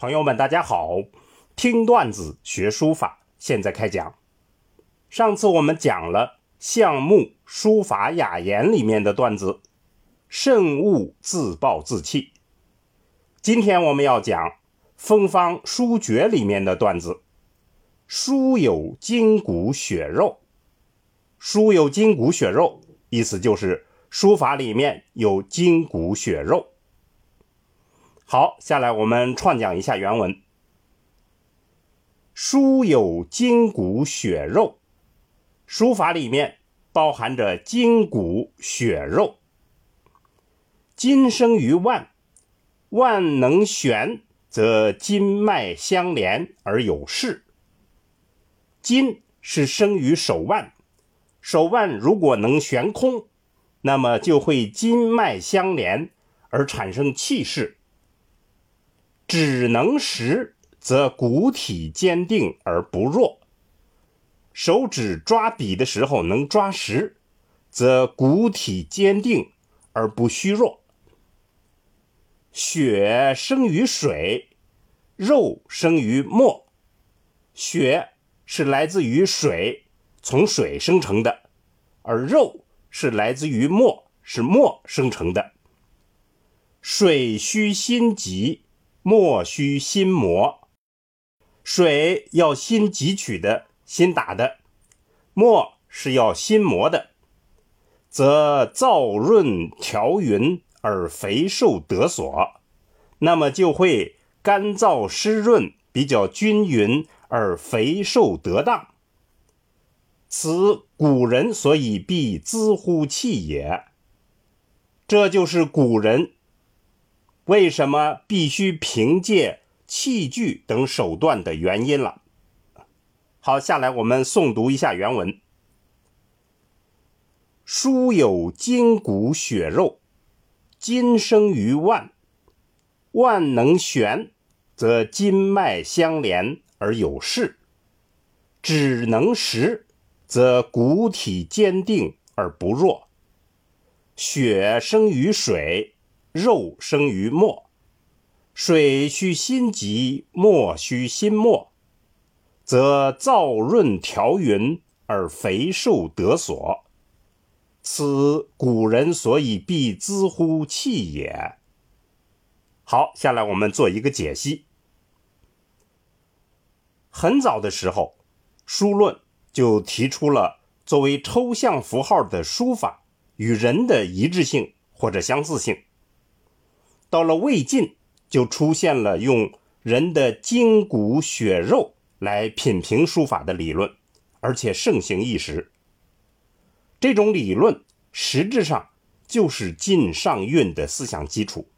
朋友们大家好，听段子学书法，现在开讲。上次我们讲了项目书法雅言里面的段子，慎勿自暴自弃。今天我们要讲风方书诀里面的段子，书有筋骨血肉。书有筋骨血肉，意思就是书法里面有筋骨血肉。好，下来我们串讲一下原文。书有筋骨血肉，书法里面包含着筋骨血肉。筋生于腕，腕能旋，则筋脉相连而有势。筋是生于手腕，手腕如果能悬空，那么就会筋脉相连而产生气势。指能实，则骨体坚定而不弱。手指抓笔的时候能抓实，则骨体坚定而不虚弱。血生于水，肉生于沫。血是来自于水，从水生成的，而肉是来自于沫，是沫生成的。水需心急，沫需心磨。水要心汲取的，心打的，沫是要心磨的，则燥润调匀而肥瘦得所，那么就会干燥湿润，比较均匀而肥瘦得当。此古人所以必滋乎气也。这就是古人为什么必须凭借器具等手段的原因了。好，下来我们诵读一下原文。书有筋骨血肉，筋生于腕，腕能旋，则筋脉相连而有势。指能实，则骨体坚定而不弱。血生于水，肉生于沫。水需心急，沫需心磨，则燥润调匀而肥瘦得所。此古人所以必滋乎气也。好，下来我们做一个解析。很早的时候，书论就提出了作为抽象符号的书法与人的一致性或者相似性。到了魏晋，就出现了用人的筋骨血肉来品评书法的理论，而且盛行一时。这种理论实质上就是晋上韵的思想基础。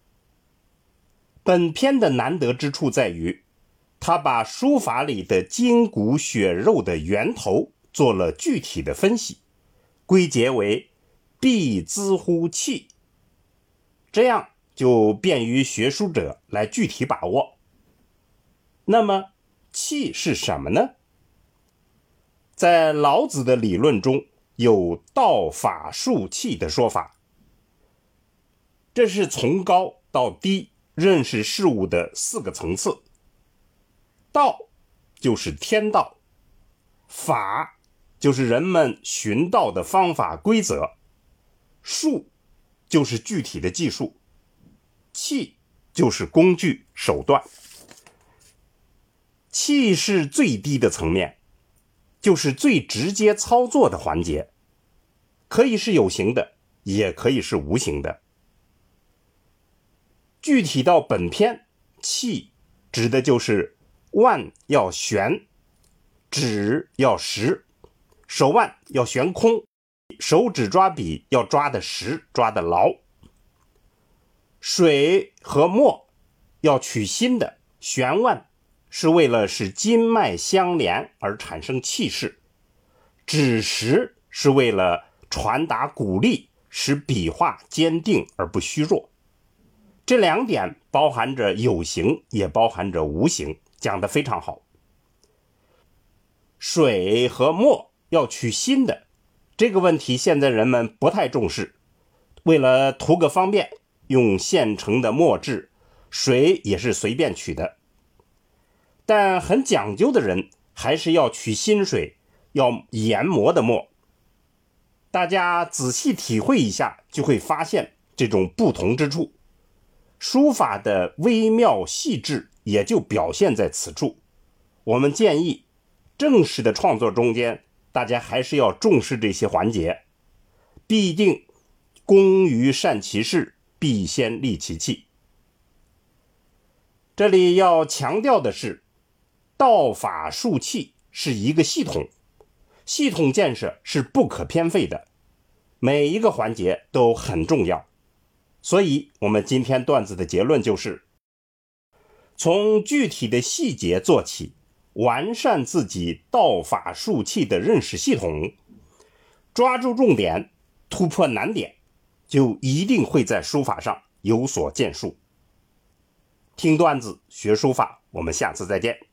本篇的难得之处在于，他把书法里的筋骨血肉的源头做了具体的分析，归结为必滋乎气，这样就便于学书者来具体把握。那么气是什么呢？在老子的理论中有道法术气的说法，这是从高到低认识事物的4个层次。道就是天道，法就是人们寻道的方法规则，术就是具体的技术，气就是工具手段。气是最低的层面，就是最直接操作的环节，可以是有形的，也可以是无形的。具体到本篇，气指的就是腕要旋，指要实，手腕要悬空，手指抓笔要抓得实，抓得牢。水和沫要取心的，旋腕是为了使筋脉相连而产生气势，指实是为了传达鼓励，使笔画坚定而不虚弱。这2点包含着有形，也包含着无形，讲得非常好。水和沫要取心的，这个问题现在人们不太重视，为了图个方便，用现成的墨汁，水也是随便取的， 但很讲究的人还是要取新水，要研磨的墨。大家仔细体会一下，就会发现这种不同之处。书法的微妙细致也就表现在此处。我们建议正式的创作中间，大家还是要重视这些环节，必定工于善其事，必先利其器。这里要强调的是，道法术器是一个系统，系统建设是不可偏废的，每一个环节都很重要。所以我们今天段子的结论就是，从具体的细节做起，完善自己道法术器的认识系统，抓住重点，突破难点，就一定会在书法上有所建树。听段子学书法，我们下次再见。